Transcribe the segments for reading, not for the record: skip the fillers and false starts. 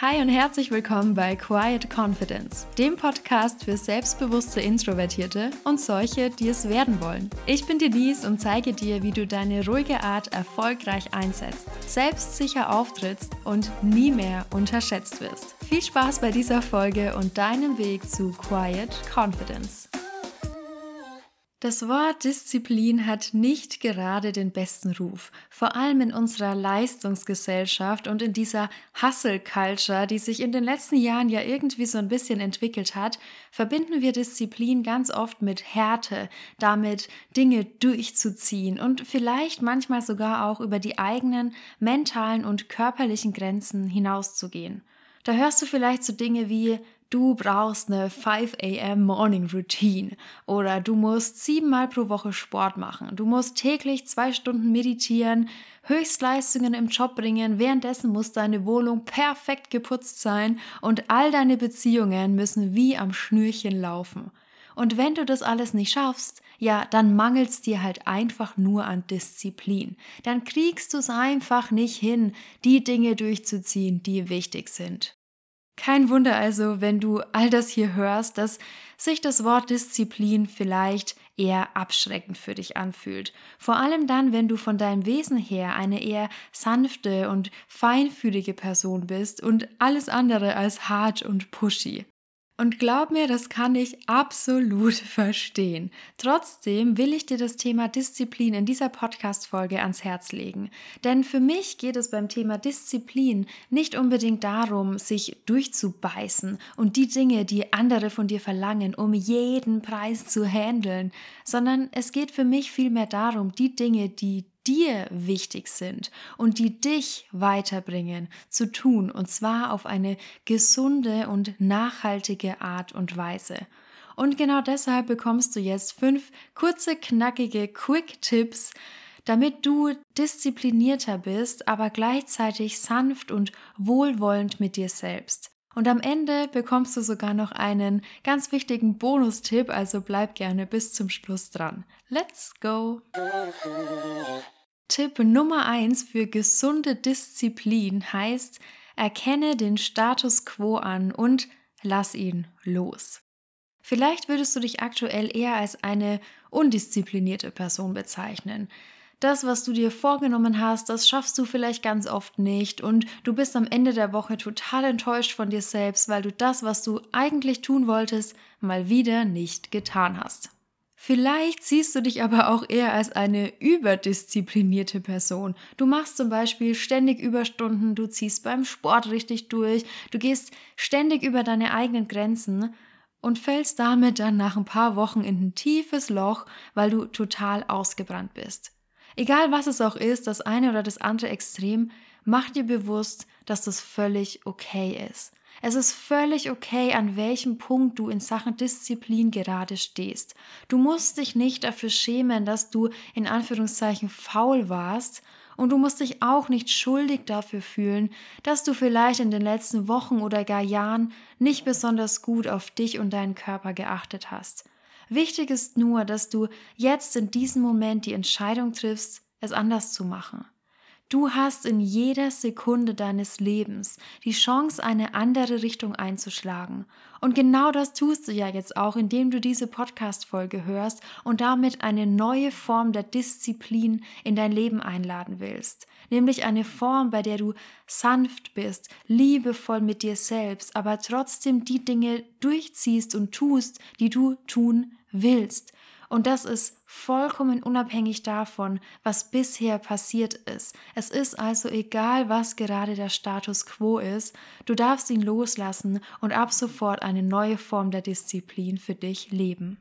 Hi und herzlich willkommen bei Quiet Confidence, dem Podcast für selbstbewusste Introvertierte und solche, die es werden wollen. Ich bin Denise und zeige dir, wie du deine ruhige Art erfolgreich einsetzt, selbstsicher auftrittst und nie mehr unterschätzt wirst. Viel Spaß bei dieser Folge und deinem Weg zu Quiet Confidence. Das Wort Disziplin hat nicht gerade den besten Ruf, vor allem in unserer Leistungsgesellschaft und in dieser Hustle-Culture, die sich in den letzten Jahren ja irgendwie so ein bisschen entwickelt hat, verbinden wir Disziplin ganz oft mit Härte, damit Dinge durchzuziehen und vielleicht manchmal sogar auch über die eigenen mentalen und körperlichen Grenzen hinauszugehen. Da hörst du vielleicht so Dinge wie: Du brauchst eine 5 a.m. Morning Routine oder du musst 7-mal pro Woche Sport machen. Du musst täglich 2 Stunden meditieren, Höchstleistungen im Job bringen, währenddessen muss deine Wohnung perfekt geputzt sein und all deine Beziehungen müssen wie am Schnürchen laufen. Und wenn du das alles nicht schaffst, ja, dann mangelt's dir halt einfach nur an Disziplin. Dann kriegst du es einfach nicht hin, die Dinge durchzuziehen, die wichtig sind. Kein Wunder also, wenn du all das hier hörst, dass sich das Wort Disziplin vielleicht eher abschreckend für dich anfühlt. Vor allem dann, wenn du von deinem Wesen her eine eher sanfte und feinfühlige Person bist und alles andere als hart und pushy. Und glaub mir, das kann ich absolut verstehen. Trotzdem will ich dir das Thema Disziplin in dieser Podcast-Folge ans Herz legen. Denn für mich geht es beim Thema Disziplin nicht unbedingt darum, sich durchzubeißen und die Dinge, die andere von dir verlangen, um jeden Preis zu handeln, sondern es geht für mich vielmehr darum, die Dinge, die dir wichtig sind und die dich weiterbringen, zu tun, und zwar auf eine gesunde und nachhaltige Art und Weise. Und genau deshalb bekommst du jetzt 5 kurze, knackige Quick-Tipps, damit du disziplinierter bist, aber gleichzeitig sanft und wohlwollend mit dir selbst. Und am Ende bekommst du sogar noch einen ganz wichtigen Bonustipp, also bleib gerne bis zum Schluss dran. Let's go! Tipp Nummer 1 für gesunde Disziplin heißt: Erkenne den Status quo an und lass ihn los. Vielleicht würdest du dich aktuell eher als eine undisziplinierte Person bezeichnen. Das, was du dir vorgenommen hast, das schaffst du vielleicht ganz oft nicht und du bist am Ende der Woche total enttäuscht von dir selbst, weil du das, was du eigentlich tun wolltest, mal wieder nicht getan hast. Vielleicht siehst du dich aber auch eher als eine überdisziplinierte Person. Du machst zum Beispiel ständig Überstunden, du ziehst beim Sport richtig durch, du gehst ständig über deine eigenen Grenzen und fällst damit dann nach ein paar Wochen in ein tiefes Loch, weil du total ausgebrannt bist. Egal was es auch ist, das eine oder das andere Extrem, mach dir bewusst, dass das völlig okay ist. Es ist völlig okay, an welchem Punkt du in Sachen Disziplin gerade stehst. Du musst dich nicht dafür schämen, dass du in Anführungszeichen faul warst, und du musst dich auch nicht schuldig dafür fühlen, dass du vielleicht in den letzten Wochen oder gar Jahren nicht besonders gut auf dich und deinen Körper geachtet hast. Wichtig ist nur, dass du jetzt in diesem Moment die Entscheidung triffst, es anders zu machen. Du hast in jeder Sekunde deines Lebens die Chance, eine andere Richtung einzuschlagen. Und genau das tust du ja jetzt auch, indem du diese Podcast-Folge hörst und damit eine neue Form der Disziplin in dein Leben einladen willst. Nämlich eine Form, bei der du sanft bist, liebevoll mit dir selbst, aber trotzdem die Dinge durchziehst und tust, die du tun willst. Und das ist vollkommen unabhängig davon, was bisher passiert ist. Es ist also egal, was gerade der Status quo ist. Du darfst ihn loslassen und ab sofort eine neue Form der Disziplin für dich leben.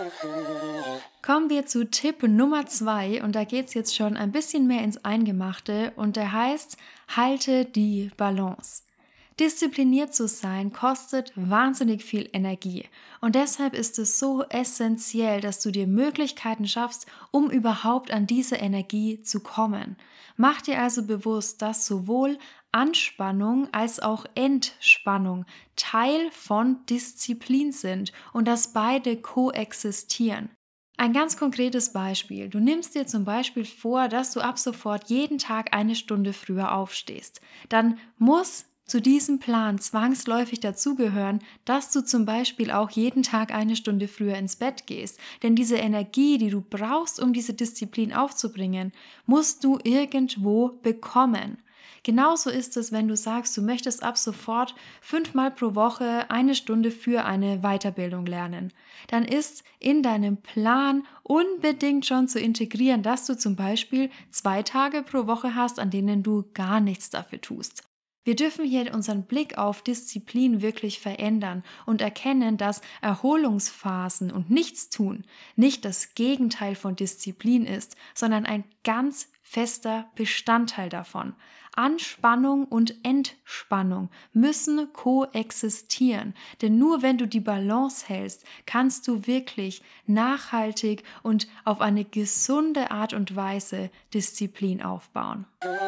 Kommen wir zu Tipp Nummer 2 und da geht es jetzt schon ein bisschen mehr ins Eingemachte und der heißt: Halte die Balance. Diszipliniert zu sein kostet wahnsinnig viel Energie und deshalb ist es so essentiell, dass du dir Möglichkeiten schaffst, um überhaupt an diese Energie zu kommen. Mach dir also bewusst, dass sowohl Anspannung als auch Entspannung Teil von Disziplin sind und dass beide koexistieren. Ein ganz konkretes Beispiel. Du nimmst dir zum Beispiel vor, dass du ab sofort jeden Tag 1 Stunde früher aufstehst. Dann muss zu diesem Plan zwangsläufig dazugehören, dass du zum Beispiel auch jeden Tag 1 Stunde früher ins Bett gehst. Denn diese Energie, die du brauchst, um diese Disziplin aufzubringen, musst du irgendwo bekommen. Genauso ist es, wenn du sagst, du möchtest ab sofort 5-mal pro Woche 1 Stunde für eine Weiterbildung lernen. Dann ist in deinem Plan unbedingt schon zu integrieren, dass du zum Beispiel 2 Tage pro Woche hast, an denen du gar nichts dafür tust. Wir dürfen hier unseren Blick auf Disziplin wirklich verändern und erkennen, dass Erholungsphasen und Nichtstun nicht das Gegenteil von Disziplin ist, sondern ein ganz fester Bestandteil davon. Anspannung und Entspannung müssen koexistieren, denn nur wenn du die Balance hältst, kannst du wirklich nachhaltig und auf eine gesunde Art und Weise Disziplin aufbauen.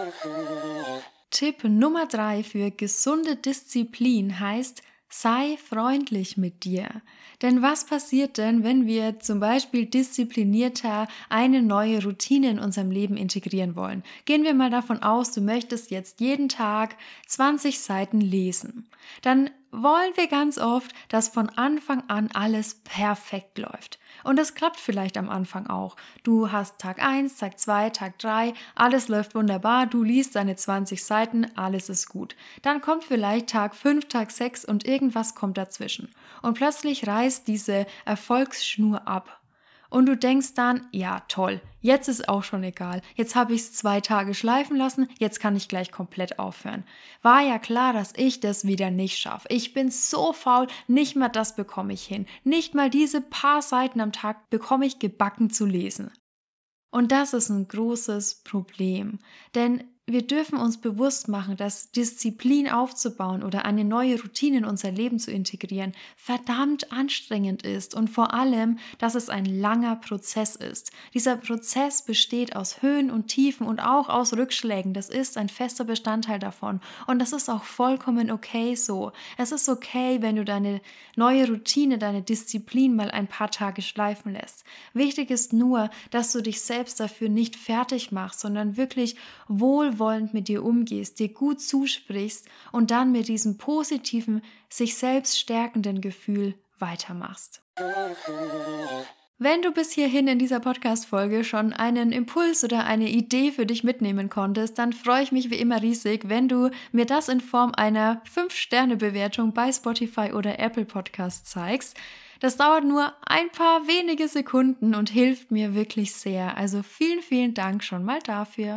Tipp Nummer 3 für gesunde Disziplin heißt, sei freundlich mit dir. Denn was passiert denn, wenn wir zum Beispiel disziplinierter eine neue Routine in unserem Leben integrieren wollen? Gehen wir mal davon aus, du möchtest jetzt jeden Tag 20 Seiten lesen. Dann wollen wir ganz oft, dass von Anfang an alles perfekt läuft. Und das klappt vielleicht am Anfang auch. Du hast Tag 1, Tag 2, Tag 3, alles läuft wunderbar, du liest deine 20 Seiten, alles ist gut. Dann kommt vielleicht Tag 5, Tag 6 und irgendwas kommt dazwischen. Und plötzlich reißt diese Erfolgsschnur ab. Und du denkst dann, ja toll, jetzt ist auch schon egal, jetzt habe ich es 2 Tage schleifen lassen, jetzt kann ich gleich komplett aufhören. War ja klar, dass ich das wieder nicht schaffe. Ich bin so faul, nicht mal das bekomme ich hin. Nicht mal diese paar Seiten am Tag bekomme ich gebacken zu lesen. Und das ist ein großes Problem, denn wir dürfen uns bewusst machen, dass Disziplin aufzubauen oder eine neue Routine in unser Leben zu integrieren verdammt anstrengend ist und vor allem, dass es ein langer Prozess ist. Dieser Prozess besteht aus Höhen und Tiefen und auch aus Rückschlägen. Das ist ein fester Bestandteil davon und das ist auch vollkommen okay so. Es ist okay, wenn du deine neue Routine, deine Disziplin mal ein paar Tage schleifen lässt. Wichtig ist nur, dass du dich selbst dafür nicht fertig machst, sondern wirklich wohlwollend mit dir umgehst, dir gut zusprichst und dann mit diesem positiven, sich selbst stärkenden Gefühl weitermachst. Wenn du bis hierhin in dieser Podcast-Folge schon einen Impuls oder eine Idee für dich mitnehmen konntest, dann freue ich mich wie immer riesig, wenn du mir das in Form einer 5-Sterne-Bewertung bei Spotify oder Apple Podcasts zeigst. Das dauert nur ein paar wenige Sekunden und hilft mir wirklich sehr. Also vielen, vielen Dank schon mal dafür.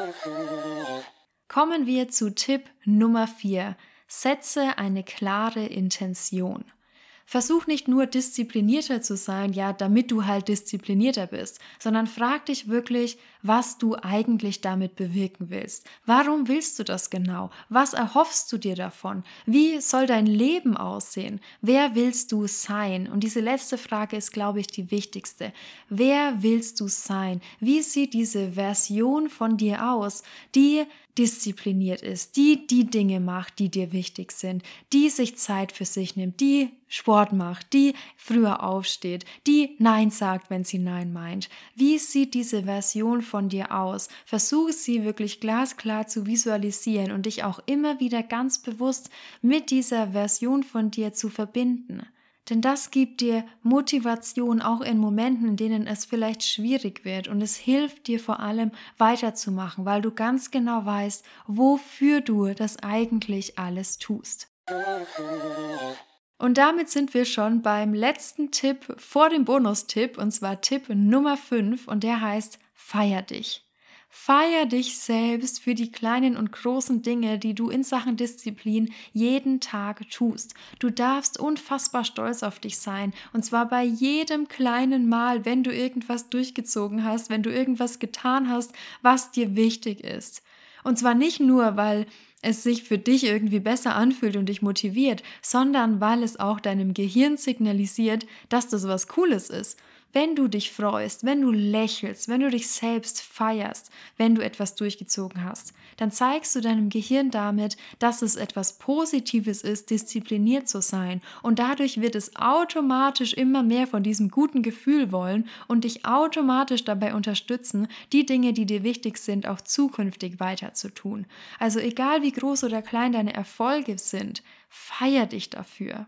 Kommen wir zu Tipp Nummer 4. Setze eine klare Intention. Versuch nicht nur disziplinierter zu sein, ja, damit du halt disziplinierter bist, sondern frag dich wirklich, was du eigentlich damit bewirken willst. Warum willst du das genau? Was erhoffst du dir davon? Wie soll dein Leben aussehen? Wer willst du sein? Und diese letzte Frage ist, glaube ich, die wichtigste. Wer willst du sein? Wie sieht diese Version von dir aus, die diszipliniert ist, die Dinge macht, die dir wichtig sind, die sich Zeit für sich nimmt, die Sport macht, die früher aufsteht, die Nein sagt, wenn sie Nein meint. Wie sieht diese Version von dir aus? Versuche sie wirklich glasklar zu visualisieren und dich auch immer wieder ganz bewusst mit dieser Version von dir zu verbinden. Denn das gibt dir Motivation auch in Momenten, in denen es vielleicht schwierig wird und es hilft dir vor allem weiterzumachen, weil du ganz genau weißt, wofür du das eigentlich alles tust. Und damit sind wir schon beim letzten Tipp vor dem Bonustipp und zwar Tipp Nummer 5 und der heißt, feier dich. Feier dich selbst für die kleinen und großen Dinge, die du in Sachen Disziplin jeden Tag tust. Du darfst unfassbar stolz auf dich sein und zwar bei jedem kleinen Mal, wenn du irgendwas durchgezogen hast, wenn du irgendwas getan hast, was dir wichtig ist. Und zwar nicht nur, weil es sich für dich irgendwie besser anfühlt und dich motiviert, sondern weil es auch deinem Gehirn signalisiert, dass das was Cooles ist. Wenn du dich freust, wenn du lächelst, wenn du dich selbst feierst, wenn du etwas durchgezogen hast, dann zeigst du deinem Gehirn damit, dass es etwas Positives ist, diszipliniert zu sein. Und dadurch wird es automatisch immer mehr von diesem guten Gefühl wollen und dich automatisch dabei unterstützen, die Dinge, die dir wichtig sind, auch zukünftig weiter zu tun. Also egal wie groß oder klein deine Erfolge sind, feier dich dafür.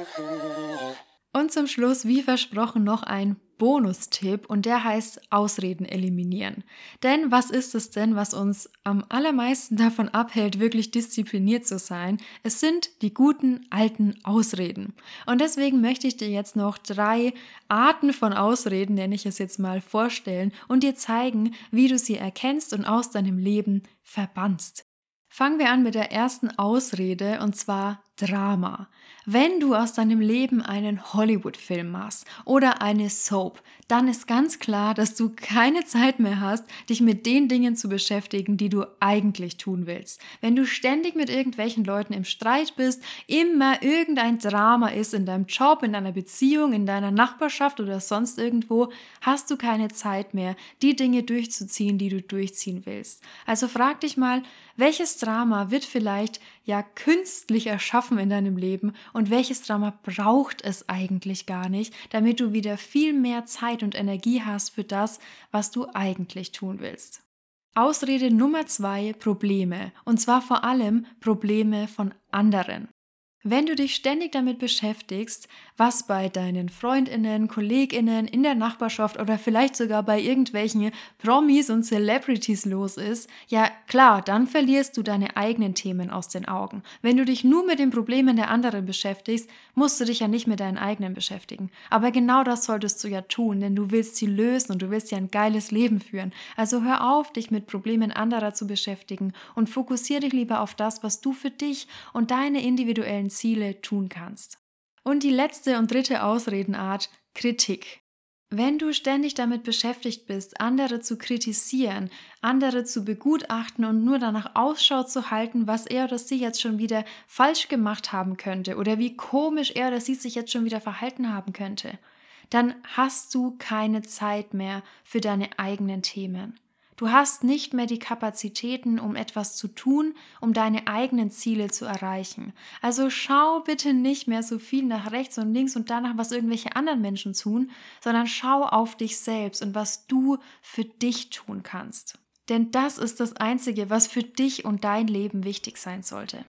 Und zum Schluss, wie versprochen, noch ein Bonustipp und der heißt Ausreden eliminieren. Denn was ist es denn, was uns am allermeisten davon abhält, wirklich diszipliniert zu sein? Es sind die guten alten Ausreden. Und deswegen möchte ich dir jetzt noch 3 Arten von Ausreden, nenne ich es jetzt mal, vorstellen und dir zeigen, wie du sie erkennst und aus deinem Leben verbannst. Fangen wir an mit der ersten Ausrede und zwar Drama. Wenn du aus deinem Leben einen Hollywood-Film machst oder eine Soap, dann ist ganz klar, dass du keine Zeit mehr hast, dich mit den Dingen zu beschäftigen, die du eigentlich tun willst. Wenn du ständig mit irgendwelchen Leuten im Streit bist, immer irgendein Drama ist in deinem Job, in deiner Beziehung, in deiner Nachbarschaft oder sonst irgendwo, hast du keine Zeit mehr, die Dinge durchzuziehen, die du durchziehen willst. Also frag dich mal, welches Drama wird vielleicht ja künstlich erschaffen in deinem Leben und welches Drama braucht es eigentlich gar nicht, damit du wieder viel mehr Zeit und Energie hast für das, was du eigentlich tun willst. Ausrede Nummer 2, Probleme. Und zwar vor allem Probleme von anderen. Wenn du dich ständig damit beschäftigst, was bei deinen FreundInnen, KollegInnen in der Nachbarschaft oder vielleicht sogar bei irgendwelchen Promis und Celebrities los ist, ja klar, dann verlierst du deine eigenen Themen aus den Augen. Wenn du dich nur mit den Problemen der anderen beschäftigst, musst du dich ja nicht mit deinen eigenen beschäftigen. Aber genau das solltest du ja tun, denn du willst sie lösen und du willst ja ein geiles Leben führen. Also hör auf, dich mit Problemen anderer zu beschäftigen und fokussiere dich lieber auf das, was du für dich und deine individuellen Ziele tun kannst. Und die letzte und dritte Ausredenart, Kritik. Wenn du ständig damit beschäftigt bist, andere zu kritisieren, andere zu begutachten und nur danach Ausschau zu halten, was er oder sie jetzt schon wieder falsch gemacht haben könnte oder wie komisch er oder sie sich jetzt schon wieder verhalten haben könnte, dann hast du keine Zeit mehr für deine eigenen Themen. Du hast nicht mehr die Kapazitäten, um etwas zu tun, um deine eigenen Ziele zu erreichen. Also schau bitte nicht mehr so viel nach rechts und links und danach, was irgendwelche anderen Menschen tun, sondern schau auf dich selbst und was du für dich tun kannst. Denn das ist das Einzige, was für dich und dein Leben wichtig sein sollte.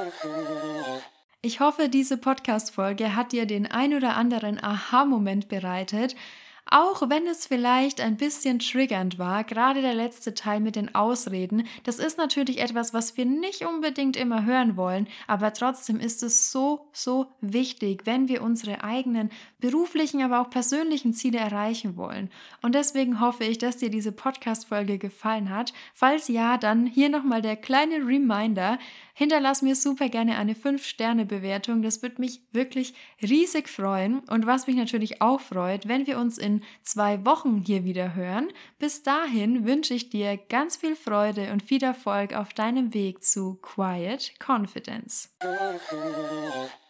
Ich hoffe, diese Podcast-Folge hat dir den ein oder anderen Aha-Moment bereitet. Auch wenn es vielleicht ein bisschen triggernd war, gerade der letzte Teil mit den Ausreden, das ist natürlich etwas, was wir nicht unbedingt immer hören wollen, aber trotzdem ist es so wichtig, wenn wir unsere eigenen beruflichen, aber auch persönlichen Ziele erreichen wollen. Und deswegen hoffe ich, dass dir diese Podcast-Folge gefallen hat. Falls ja, dann hier nochmal der kleine Reminder. Hinterlass mir super gerne eine 5-Sterne-Bewertung. Das würde mich wirklich riesig freuen. Und was mich natürlich auch freut, wenn wir uns in 2 Wochen hier wieder hören. Bis dahin wünsche ich dir ganz viel Freude und viel Erfolg auf deinem Weg zu Quiet Confidence.